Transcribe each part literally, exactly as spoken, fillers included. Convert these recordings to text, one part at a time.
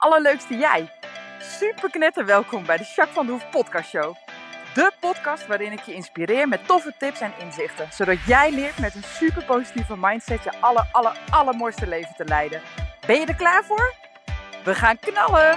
allerleukste jij. Super knetter welkom bij de Jacques van de Hoef podcast show. De podcast waarin ik je inspireer met toffe tips en inzichten. Zodat jij leert met een super positieve mindset je aller, aller, allermooiste leven te leiden. Ben je er klaar voor? We gaan knallen!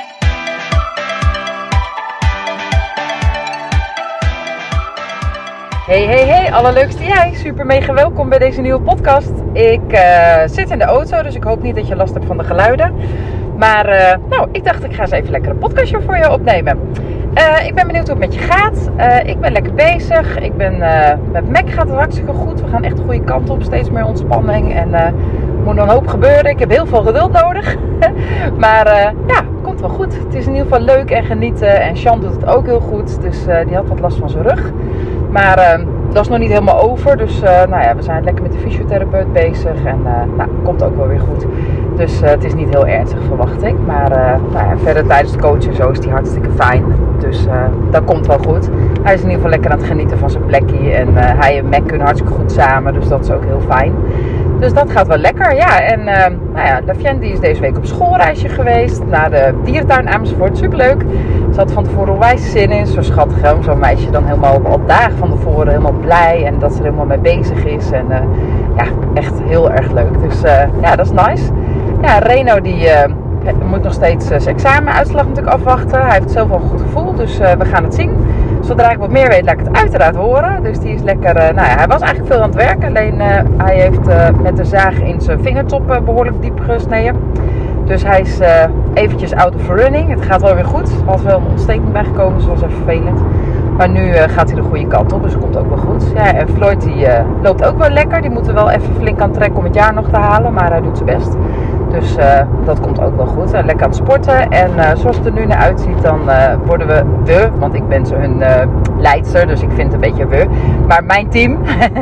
Hey, hey, hey, allerleukste jij. Super mega welkom bij deze nieuwe podcast. Ik uh, zit in de auto, dus ik hoop niet dat je last hebt van de geluiden. Maar uh, nou, ik dacht ik ga eens even lekker een podcastje voor je opnemen. Uh, ik ben benieuwd hoe het met je gaat. Uh, ik ben lekker bezig. Ik ben, uh, met Mac gaat het hartstikke goed. We gaan echt de goede kant op. Steeds meer ontspanning. En er uh, moet nog een hoop gebeuren. Ik heb heel veel geduld nodig. maar uh, ja, komt wel goed. Het is in ieder geval leuk en genieten. En Sean doet het ook heel goed. Dus uh, die had wat last van zijn rug. Maar uh, dat is nog niet helemaal over. Dus uh, nou ja, we zijn lekker met de fysiotherapeut bezig. En uh, nou, komt ook wel weer goed. Dus uh, het is niet heel ernstig, verwacht ik. Maar uh, nou ja, verder tijdens het coachen zo is hij hartstikke fijn. Dus uh, dat komt wel goed. Hij is in ieder geval lekker aan het genieten van zijn plekje. En uh, hij en Mac kunnen hartstikke goed samen. Dus dat is ook heel fijn. Dus dat gaat wel lekker. Ja, en uh, nou ja, Lafien die is deze week op schoolreisje geweest. Naar de dierentuin Amersfoort. Superleuk. Ze had van tevoren onwijs zin in. Zo schattig, hè? Om zo'n meisje dan helemaal al dagen van tevoren helemaal blij. En dat ze er helemaal mee bezig is. En uh, ja, echt heel erg leuk. Dus uh, ja, dat is nice. Ja, Reno die uh, moet nog steeds uh, zijn examenuitslag natuurlijk afwachten. Hij heeft zelf wel een goed gevoel. Dus uh, we gaan het zien. Zodra ik wat meer weet, laat ik het uiteraard horen. Dus die is lekker... Uh, nou ja, hij was eigenlijk veel aan het werken. Alleen uh, hij heeft uh, met de zaag in zijn vingertop uh, behoorlijk diep gesneden. Dus hij is uh, eventjes out of running. Het gaat wel weer goed. Er was wel een ontsteking bijgekomen. Dus dat was even vervelend. Maar nu uh, gaat hij de goede kant op. Dus het komt ook wel goed. Ja, en Floyd die uh, loopt ook wel lekker. Die moet er wel even flink aan trekken om het jaar nog te halen. Maar hij doet zijn best. Dus uh, dat komt ook wel goed. Uh, lekker aan het sporten. En uh, zoals het er nu naar uitziet, dan uh, worden we we. Want ik ben zo hun uh, leidster. Dus ik vind het een beetje we. Maar mijn team,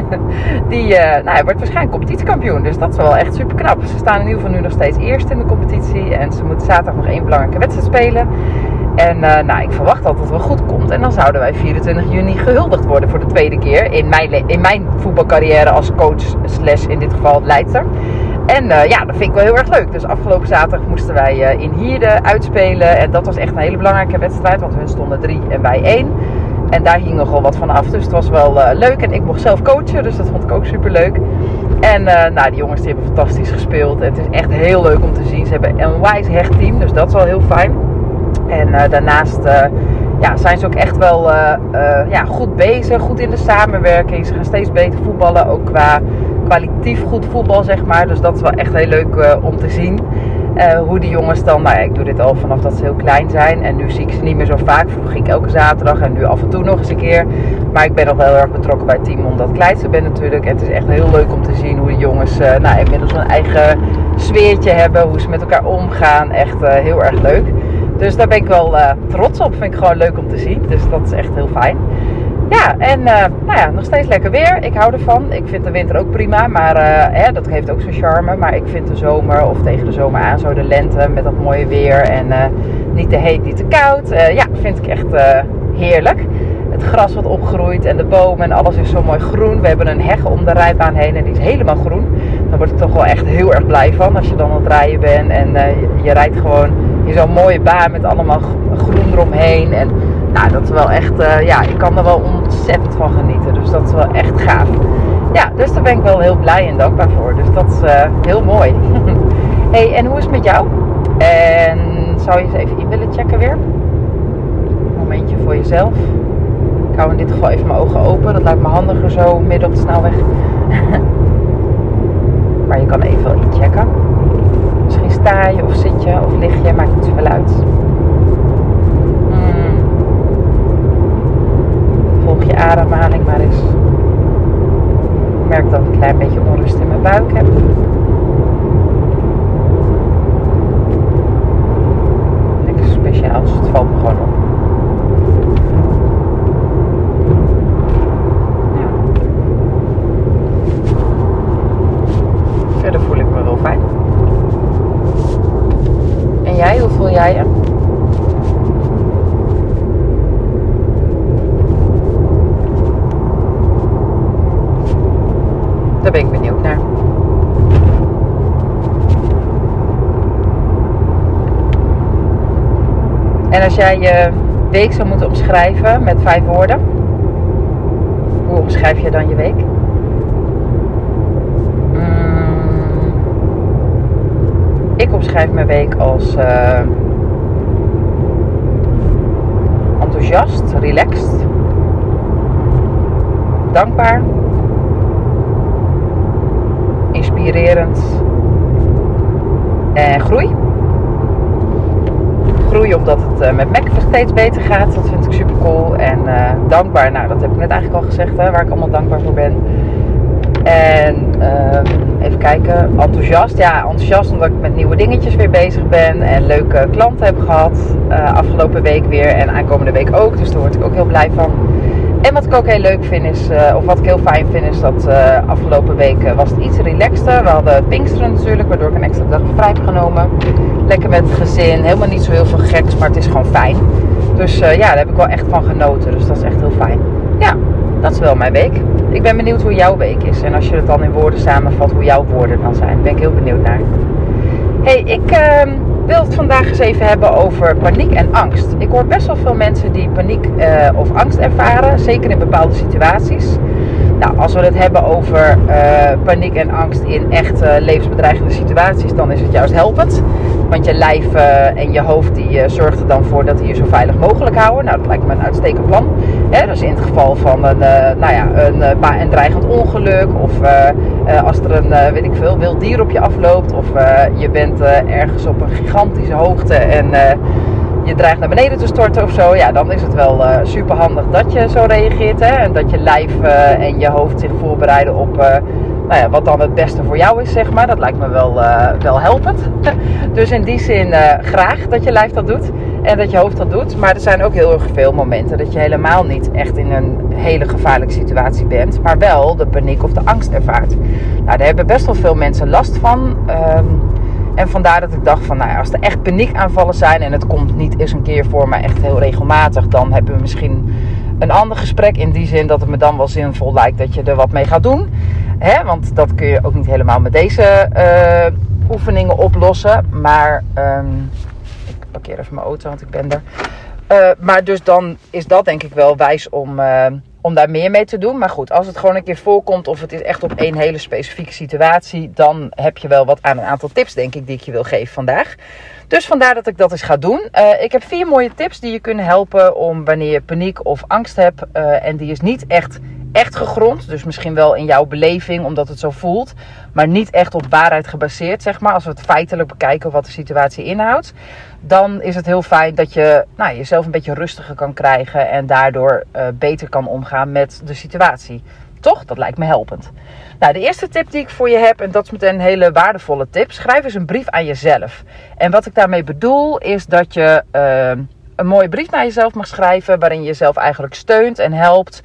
die uh, nou, wordt waarschijnlijk competitiekampioen. Dus dat is wel echt super knap. Ze staan in ieder geval nu nog steeds eerst in de competitie. En ze moeten zaterdag nog één belangrijke wedstrijd spelen. En uh, nou, ik verwacht dat het wel goed komt. En dan zouden wij vierentwintig juni gehuldigd worden voor de tweede keer. In mijn, in mijn voetbalcarrière als coach slash in dit geval leidster. En uh, ja, dat vind ik wel heel erg leuk. Dus afgelopen zaterdag moesten wij uh, in Hierde uitspelen. En dat was echt een hele belangrijke wedstrijd. Want hun stonden drie en wij één. En daar hing nogal wat van af. Dus het was wel uh, leuk. En ik mocht zelf coachen. Dus dat vond ik ook super leuk. En uh, nou, die jongens die hebben fantastisch gespeeld. En het is echt heel leuk om te zien. Ze hebben een onwijs hecht team. Dus dat is wel heel fijn. En uh, daarnaast uh, ja, zijn ze ook echt wel uh, uh, ja, goed bezig. Goed in de samenwerking. Ze gaan steeds beter voetballen. Ook qua kwalitatief goed voetbal, zeg maar. Dus dat is wel echt heel leuk uh, om te zien. Uh, hoe die jongens dan... Nou ja, ik doe dit al vanaf dat ze heel klein zijn. En nu zie ik ze niet meer zo vaak. Vroeger ging ik elke zaterdag. En nu af en toe nog eens een keer. Maar ik ben nog wel heel erg betrokken bij het team. Omdat ik kleidster ben natuurlijk. En het is echt heel leuk om te zien hoe die jongens... Uh, nou, inmiddels een eigen sfeertje hebben. Hoe ze met elkaar omgaan. Echt uh, heel erg leuk. Dus daar ben ik wel uh, trots op. Vind ik gewoon leuk om te zien. Dus dat is echt heel fijn. Ja, en uh, nou ja, nog steeds lekker weer. Ik hou ervan. Ik vind de winter ook prima. Maar uh, hè, dat heeft ook zijn charme. Maar ik vind de zomer of tegen de zomer aan zo de lente met dat mooie weer. En uh, niet te heet, niet te koud. Uh, ja, vind ik echt uh, heerlijk. Het gras wat opgroeit en de bomen en alles is zo mooi groen. We hebben een heg om de rijbaan heen en die is helemaal groen. Daar word ik toch wel echt heel erg blij van als je dan aan het rijden bent. En uh, je, je rijdt gewoon in zo'n mooie baan met allemaal groen eromheen. En nou, dat is wel echt, uh, ja, ik kan er wel ontzettend van genieten. Dus dat is wel echt gaaf. Ja, dus daar ben ik wel heel blij en dankbaar voor. Dus dat is uh, heel mooi. Hey, en hoe is het met jou? En zou je eens even in willen checken weer? Een momentje voor jezelf. Ik hou in dit geval even mijn ogen open. Dat lijkt me handiger zo midden op de snelweg. Maar je kan even wel inchecken. Misschien sta je of zit je of lig je. Maakt niet zoveel uit. Hmm. Volg je ademhaling maar eens. Ik merk dat ik een klein beetje onrust in mijn buik heb. Niks speciaals. Het valt me gewoon op. Verder voel ik me wel fijn. En jij, hoe voel jij je? Daar ben ik benieuwd naar. En als jij je week zou moeten omschrijven met vijf woorden, hoe omschrijf je dan je week? Mm, ik omschrijf mijn week als uh, enthousiast, relaxed, dankbaar, inspirerend en groei. Groei omdat het uh, met Mac steeds beter gaat. Dat vind ik super cool. En uh, dankbaar, nou dat heb ik net eigenlijk al gezegd, hè, waar ik allemaal dankbaar voor ben. En uh, even kijken, enthousiast. Ja, enthousiast omdat ik met nieuwe dingetjes weer bezig ben. En leuke klanten heb gehad. Uh, afgelopen week weer en aankomende week ook. Dus daar word ik ook heel blij van. En wat ik ook heel leuk vind is, uh, of wat ik heel fijn vind is dat uh, afgelopen week uh, was het iets relaxter. We hadden Pinksteren natuurlijk, waardoor ik een extra dag vrij heb genomen. Lekker met het gezin, helemaal niet zo heel veel geks, maar het is gewoon fijn. Dus uh, ja, daar heb ik wel echt van genoten, dus dat is echt heel fijn. Ja, dat is wel mijn week. Ik ben benieuwd hoe jouw week is. En als je het dan in woorden samenvat, hoe jouw woorden dan zijn. Daar ben ik heel benieuwd naar. Hey, ik uh, wil het vandaag eens even hebben over paniek en angst. Ik hoor best wel veel mensen die paniek uh, of angst ervaren. Zeker in bepaalde situaties. Nou, als we het hebben over uh, paniek en angst in echt uh, levensbedreigende situaties, dan is het juist helpend. Want je lijf uh, en je hoofd die uh, zorgt er dan voor dat die je zo veilig mogelijk houden. Nou, dat lijkt me een uitstekend plan. Hè? Dus in het geval van een, uh, nou ja, een, uh, een dreigend ongeluk. Of uh, uh, als er een, uh, weet ik veel, wild dier op je afloopt. Of uh, je bent uh, ergens op een gigantische hoogte en uh, je dreigt naar beneden te storten of zo. Ja, dan is het wel uh, super handig dat je zo reageert. Hè? En dat je lijf uh, en je hoofd zich voorbereiden op uh, nou ja, wat dan het beste voor jou is, zeg maar. Dat lijkt me wel, uh, wel helpend. Dus in die zin uh, graag dat je lijf dat doet. En dat je hoofd dat doet. Maar er zijn ook heel erg veel momenten dat je helemaal niet echt in een hele gevaarlijke situatie bent. Maar wel de paniek of de angst ervaart. Nou, daar hebben best wel veel mensen last van. Um, En vandaar dat ik dacht van, nou ja, als er echt paniekaanvallen zijn en het komt niet eens een keer voor, maar echt heel regelmatig, dan hebben we misschien een ander gesprek. In die zin dat het me dan wel zinvol lijkt dat je er wat mee gaat doen. Hè? Want dat kun je ook niet helemaal met deze uh, oefeningen oplossen. Maar um, ik parkeer even mijn auto, want ik ben er. Uh, maar dus dan is dat denk ik wel wijs om... Uh, om daar meer mee te doen. Maar goed, als het gewoon een keer voorkomt of het is echt op één hele specifieke situatie, dan heb je wel wat aan een aantal tips, denk ik, die ik je wil geven vandaag. Dus vandaar dat ik dat eens ga doen. Uh, ik heb vier mooie tips die je kunnen helpen om wanneer je paniek of angst hebt. Uh, en die is niet echt, echt gegrond. Dus misschien wel in jouw beleving, omdat het zo voelt. Maar niet echt op waarheid gebaseerd, zeg maar. Als we het feitelijk bekijken wat de situatie inhoudt. Dan is het heel fijn dat je nou, jezelf een beetje rustiger kan krijgen. En daardoor uh, beter kan omgaan met de situatie. Toch? Dat lijkt me helpend. Nou, de eerste tip die ik voor je heb, en dat is meteen een hele waardevolle tip. Schrijf eens een brief aan jezelf. En wat ik daarmee bedoel, is dat je uh, een mooie brief naar jezelf mag schrijven. Waarin je jezelf eigenlijk steunt en helpt.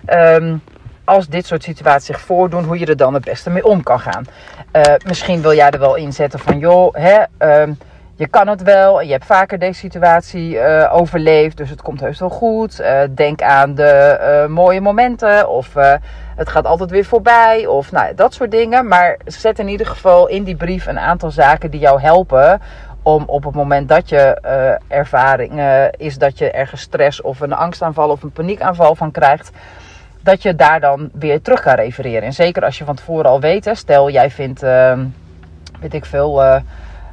Um, als dit soort situaties zich voordoen, hoe je er dan het beste mee om kan gaan. Uh, misschien wil jij er wel in zetten van, joh, hè, um, je kan het wel en je hebt vaker deze situatie uh, overleefd, dus het komt heus wel goed. Uh, denk aan de uh, mooie momenten of uh, het gaat altijd weer voorbij of nou, dat soort dingen. Maar zet in ieder geval in die brief een aantal zaken die jou helpen om op het moment dat je uh, ervaring uh, is dat je ergens stress of een angstaanval of een paniekaanval van krijgt, dat je daar dan weer terug kan refereren. En zeker als je van tevoren al weet, hè, stel jij vindt, uh, weet ik veel... Uh,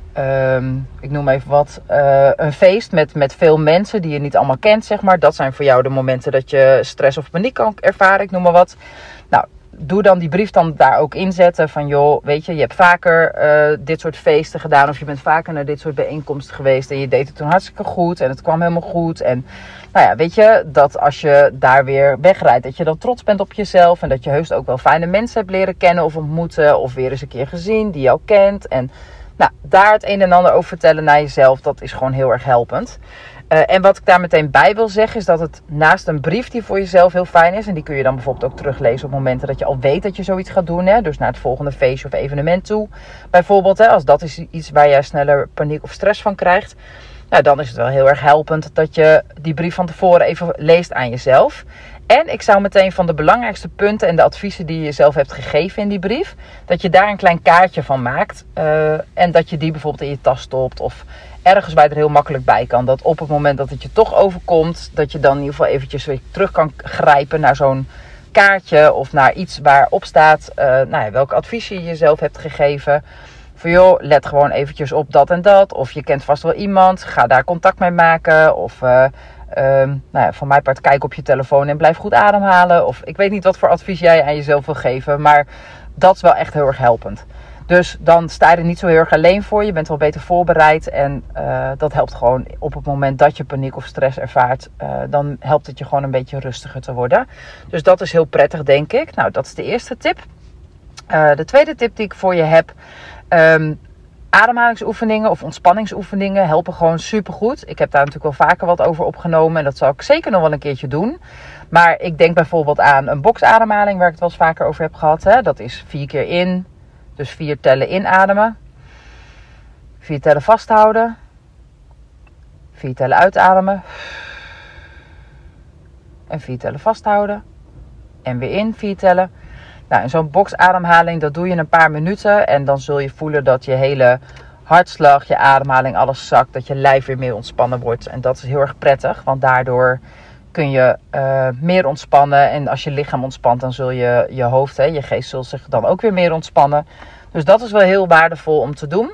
Um, ik noem even wat, uh, een feest met, met veel mensen die je niet allemaal kent, zeg maar. Dat zijn voor jou de momenten dat je stress of paniek kan ervaren, ik noem maar wat. Nou, doe dan die brief dan daar ook inzetten van, joh, weet je, je hebt vaker uh, dit soort feesten gedaan of je bent vaker naar dit soort bijeenkomsten geweest en je deed het toen hartstikke goed en het kwam helemaal goed. En nou ja, weet je, dat als je daar weer wegrijdt, dat je dan trots bent op jezelf en dat je heus ook wel fijne mensen hebt leren kennen of ontmoeten of weer eens een keer gezien die jou kent. En nou, daar het een en ander over vertellen naar jezelf, dat is gewoon heel erg helpend. Uh, en wat ik daar meteen bij wil zeggen, is dat het naast een brief die voor jezelf heel fijn is, en die kun je dan bijvoorbeeld ook teruglezen op momenten dat je al weet dat je zoiets gaat doen, hè, dus naar het volgende feestje of evenement toe. Bijvoorbeeld, hè, als dat is iets waar jij sneller paniek of stress van krijgt, nou, dan is het wel heel erg helpend dat je die brief van tevoren even leest aan jezelf. En ik zou meteen van de belangrijkste punten en de adviezen die je jezelf hebt gegeven in die brief, dat je daar een klein kaartje van maakt. Uh, en dat je die bijvoorbeeld in je tas stopt of ergens waar je er heel makkelijk bij kan. Dat op het moment dat het je toch overkomt, dat je dan in ieder geval eventjes weer terug kan grijpen naar zo'n kaartje of naar iets waarop staat uh, nou ja, welk advies je jezelf hebt gegeven. Van joh, let gewoon eventjes op dat en dat. Of je kent vast wel iemand, ga daar contact mee maken. Of uh, um, nou ja, van mijn part kijk op je telefoon en blijf goed ademhalen. Of ik weet niet wat voor advies jij aan jezelf wil geven, maar dat is wel echt heel erg helpend. Dus dan sta je er niet zo heel erg alleen voor. Je bent wel beter voorbereid. En uh, dat helpt gewoon op het moment dat je paniek of stress ervaart. Uh, dan helpt het je gewoon een beetje rustiger te worden. Dus dat is heel prettig, denk ik. Nou, dat is de eerste tip. Uh, de tweede tip die ik voor je heb. Um, ademhalingsoefeningen of ontspanningsoefeningen helpen gewoon supergoed. Ik heb daar natuurlijk wel vaker wat over opgenomen. En dat zal ik zeker nog wel een keertje doen. Maar ik denk bijvoorbeeld aan een boxademhaling waar ik het wel eens vaker over heb gehad. Hè. Dat is vier keer in. Dus vier tellen inademen. Vier tellen vasthouden. Vier tellen uitademen. En vier tellen vasthouden. En weer in, vier tellen. Nou, en zo'n boxademhaling, dat doe je een paar minuten. En dan zul je voelen dat je hele hartslag, je ademhaling, alles zakt. Dat je lijf weer meer ontspannen wordt. En dat is heel erg prettig, want daardoor kun je uh, meer ontspannen. En als je lichaam ontspant, dan zul je je hoofd, hè, je geest zult zich dan ook weer meer ontspannen. Dus dat is wel heel waardevol om te doen.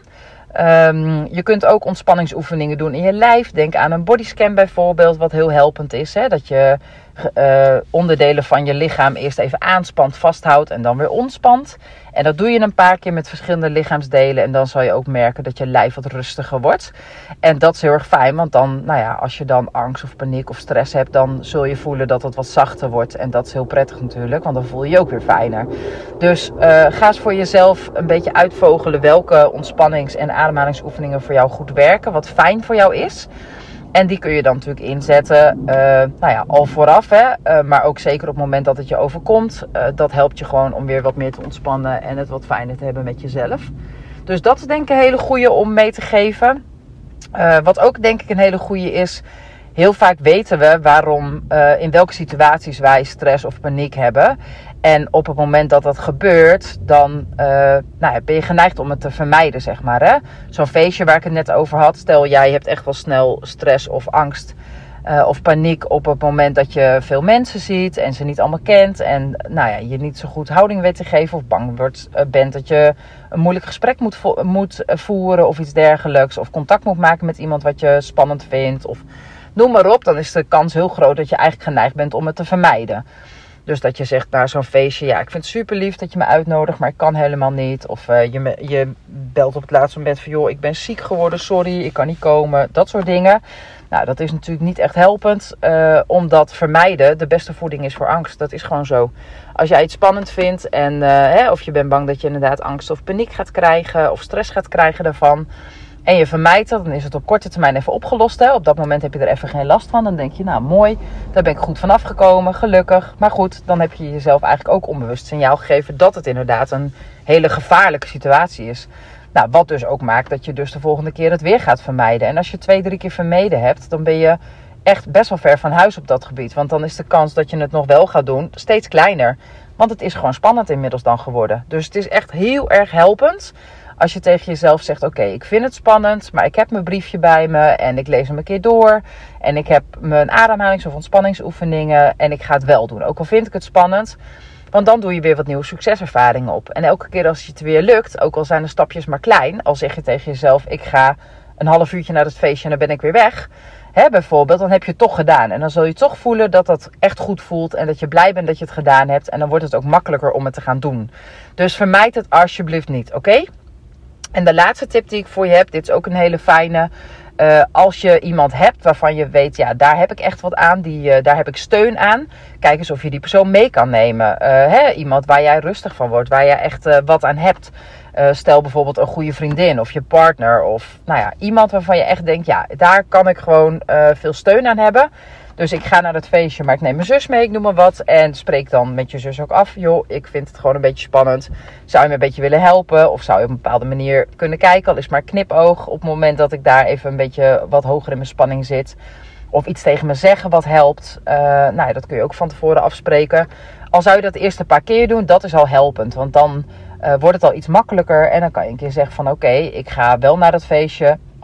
Um, je kunt ook ontspanningsoefeningen doen in je lijf. Denk aan een bodyscan bijvoorbeeld, wat heel helpend is. Hè? Dat je uh, onderdelen van je lichaam eerst even aanspant, vasthoudt en dan weer ontspant. En dat doe je een paar keer met verschillende lichaamsdelen. En dan zal je ook merken dat je lijf wat rustiger wordt. En dat is heel erg fijn, want dan, nou ja, als je dan angst of paniek of stress hebt, dan zul je voelen dat het wat zachter wordt. En dat is heel prettig natuurlijk, want dan voel je je ook weer fijner. Dus uh, ga eens voor jezelf een beetje uitvogelen welke ontspannings- en ademhalingsoefeningen voor jou goed werken. Wat fijn voor jou is. En die kun je dan natuurlijk inzetten, uh, nou ja, al vooraf, hè, uh, maar ook zeker op het moment dat het je overkomt. Uh, dat helpt je gewoon om weer wat meer te ontspannen en het wat fijner te hebben met jezelf. Dus dat is denk ik een hele goede om mee te geven. Uh, wat ook denk ik een hele goede is, heel vaak weten we waarom, uh, in welke situaties wij stress of paniek hebben. En op het moment dat dat gebeurt, dan uh, nou ja, ben je geneigd om het te vermijden, zeg maar. Hè? Zo'n feestje waar ik het net over had. Stel, jij hebt echt wel snel stress of angst uh, of paniek op het moment dat je veel mensen ziet en ze niet allemaal kent. En nou ja, je niet zo goed houding weet te geven of bang wordt, uh, bent dat je een moeilijk gesprek moet, vo- moet voeren of iets dergelijks. Of contact moet maken met iemand wat je spannend vindt. Of noem maar op, dan is de kans heel groot dat je eigenlijk geneigd bent om het te vermijden. Dus dat je zegt naar zo'n feestje, ja, ik vind het super lief dat je me uitnodigt, maar ik kan helemaal niet. Of uh, je, me, je belt op het laatste moment van, joh, ik ben ziek geworden, sorry, ik kan niet komen. Dat soort dingen. Nou, dat is natuurlijk niet echt helpend, uh, omdat vermijden de beste voeding is voor angst. Dat is gewoon zo. Als jij iets spannend vindt en uh, hè, of je bent bang dat je inderdaad angst of paniek gaat krijgen of stress gaat krijgen daarvan. En je vermijdt dat, dan is het op korte termijn even opgelost. Hè? Op dat moment heb je er even geen last van. Dan denk je, nou mooi, daar ben ik goed van afgekomen, gelukkig. Maar goed, dan heb je jezelf eigenlijk ook onbewust signaal gegeven dat het inderdaad een hele gevaarlijke situatie is. Nou, wat dus ook maakt dat je dus de volgende keer het weer gaat vermijden. En als je twee, drie keer vermeden hebt, dan ben je echt best wel ver van huis op dat gebied. Want dan is de kans dat je het nog wel gaat doen steeds kleiner. Want het is gewoon spannend inmiddels dan geworden. Dus het is echt heel erg helpend als je tegen jezelf zegt, oké, okay, ik vind het spannend, maar ik heb mijn briefje bij me en ik lees hem een keer door. En ik heb mijn ademhalings- of ontspanningsoefeningen en ik ga het wel doen. Ook al vind ik het spannend, want dan doe je weer wat nieuwe succeservaringen op. En elke keer als het weer lukt, ook al zijn de stapjes maar klein, al zeg je tegen jezelf, ik ga een half uurtje naar het feestje en dan ben ik weer weg. Hè, bijvoorbeeld, dan heb je het toch gedaan. En dan zul je toch voelen dat dat echt goed voelt en dat je blij bent dat je het gedaan hebt. En dan wordt het ook makkelijker om het te gaan doen. Dus vermijd het alsjeblieft niet, oké? Okay? En de laatste tip die ik voor je heb, dit is ook een hele fijne. Uh, als je iemand hebt waarvan je weet, ja, daar heb ik echt wat aan, die, uh, daar heb ik steun aan. Kijk eens of je die persoon mee kan nemen. Uh, hè, iemand waar jij rustig van wordt, waar jij echt uh, wat aan hebt. Uh, stel bijvoorbeeld een goede vriendin of je partner of nou ja, iemand waarvan je echt denkt, ja, daar kan ik gewoon uh, veel steun aan hebben. Dus ik ga naar dat feestje, maar ik neem mijn zus mee, ik noem maar wat. En spreek dan met je zus ook af. Joh, ik vind het gewoon een beetje spannend. Zou je me een beetje willen helpen? Of zou je op een bepaalde manier kunnen kijken? Al is maar knipoog op het moment dat ik daar even een beetje wat hoger in mijn spanning zit. Of iets tegen me zeggen wat helpt. Uh, nou ja, dat kun je ook van tevoren afspreken. Al zou je dat de eerste paar keer doen, dat is al helpend. Want dan uh, wordt het al iets makkelijker. En dan kan je een keer zeggen van oké, okay, ik ga wel naar dat feestje.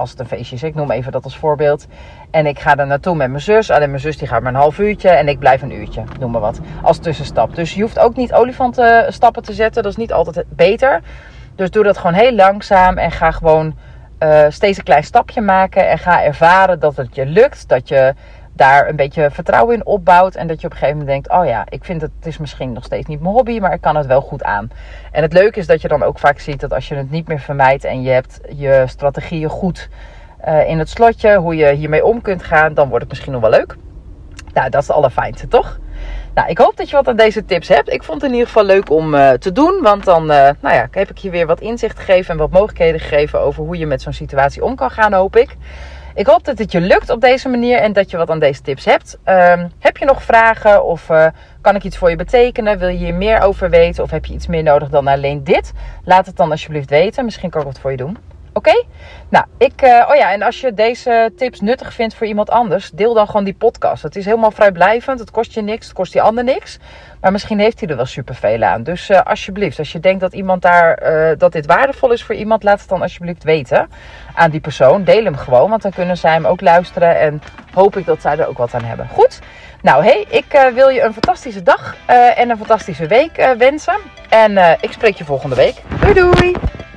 als het een feestje is, ik noem even dat als voorbeeld. En ik ga er naartoe met mijn zus. Alleen mijn zus die gaat maar een half uurtje en ik blijf een uurtje, noem maar wat. Als tussenstap. Dus je hoeft ook niet olifantenstappen te zetten. Dat is niet altijd beter. Dus doe dat gewoon heel langzaam en ga gewoon uh, steeds een klein stapje maken. En ga ervaren dat het je lukt. Dat je daar een beetje vertrouwen in opbouwt. En dat je op een gegeven moment denkt, oh ja, ik vind het, het is misschien nog steeds niet mijn hobby, maar ik kan het wel goed aan. En het leuke is dat je dan ook vaak ziet dat als je het niet meer vermijdt en je hebt je strategieën goed uh, in het slotje, hoe je hiermee om kunt gaan, dan wordt het misschien nog wel leuk. Nou, dat is het allerfijnste, toch? Nou, ik hoop dat je wat aan deze tips hebt. Ik vond het in ieder geval leuk om uh, te doen. Want dan uh, nou ja, heb ik je weer wat inzicht gegeven en wat mogelijkheden gegeven over hoe je met zo'n situatie om kan gaan, hoop ik. Ik hoop dat het je lukt op deze manier en dat je wat aan deze tips hebt. Um, heb je nog vragen of uh, kan ik iets voor je betekenen? Wil je hier meer over weten of heb je iets meer nodig dan alleen dit? Laat het dan alsjeblieft weten. Misschien kan ik wat voor je doen. Oké? Okay? Nou, ik, uh, oh ja, en als je deze tips nuttig vindt voor iemand anders, deel dan gewoon die podcast. Het is helemaal vrijblijvend, het kost je niks, het kost die ander niks. Maar misschien heeft hij er wel superveel aan. Dus uh, alsjeblieft, als je denkt dat iemand daar, uh, dat dit waardevol is voor iemand, laat het dan alsjeblieft weten aan die persoon. Deel hem gewoon, want dan kunnen zij hem ook luisteren en hoop ik dat zij er ook wat aan hebben. Goed? Nou, hey, ik uh, wil je een fantastische dag uh, en een fantastische week uh, wensen. En uh, ik spreek je volgende week. Doei doei!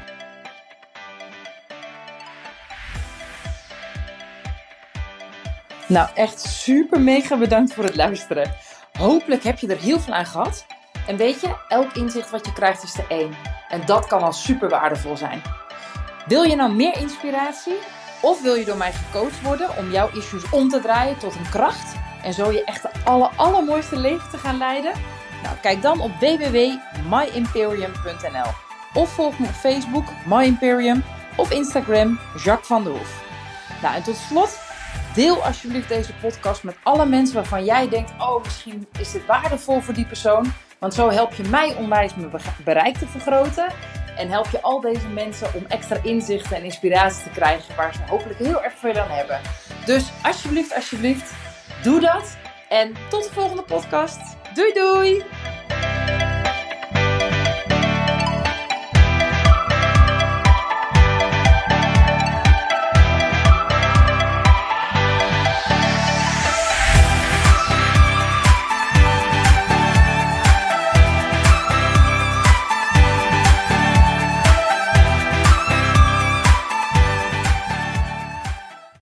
Nou, echt super mega bedankt voor het luisteren. Hopelijk heb je er heel veel aan gehad. En weet je, elk inzicht wat je krijgt is er één. En dat kan al super waardevol zijn. Wil je nou meer inspiratie? Of wil je door mij gecoacht worden om jouw issues om te draaien tot een kracht? En zo je echt de aller, allermooiste leven te gaan leiden? Nou, kijk dan op w w w punt my imperium punt n l. Of volg me op Facebook, MyImperium. Of Instagram, Jacques van der Hoef. Nou, en tot slot, deel alsjeblieft deze podcast met alle mensen waarvan jij denkt, oh, misschien is dit waardevol voor die persoon. Want zo help je mij onwijs mijn bereik te vergroten. En help je al deze mensen om extra inzichten en inspiratie te krijgen waar ze hopelijk heel erg veel aan hebben. Dus alsjeblieft, alsjeblieft, doe dat. En tot de volgende podcast. Doei doei!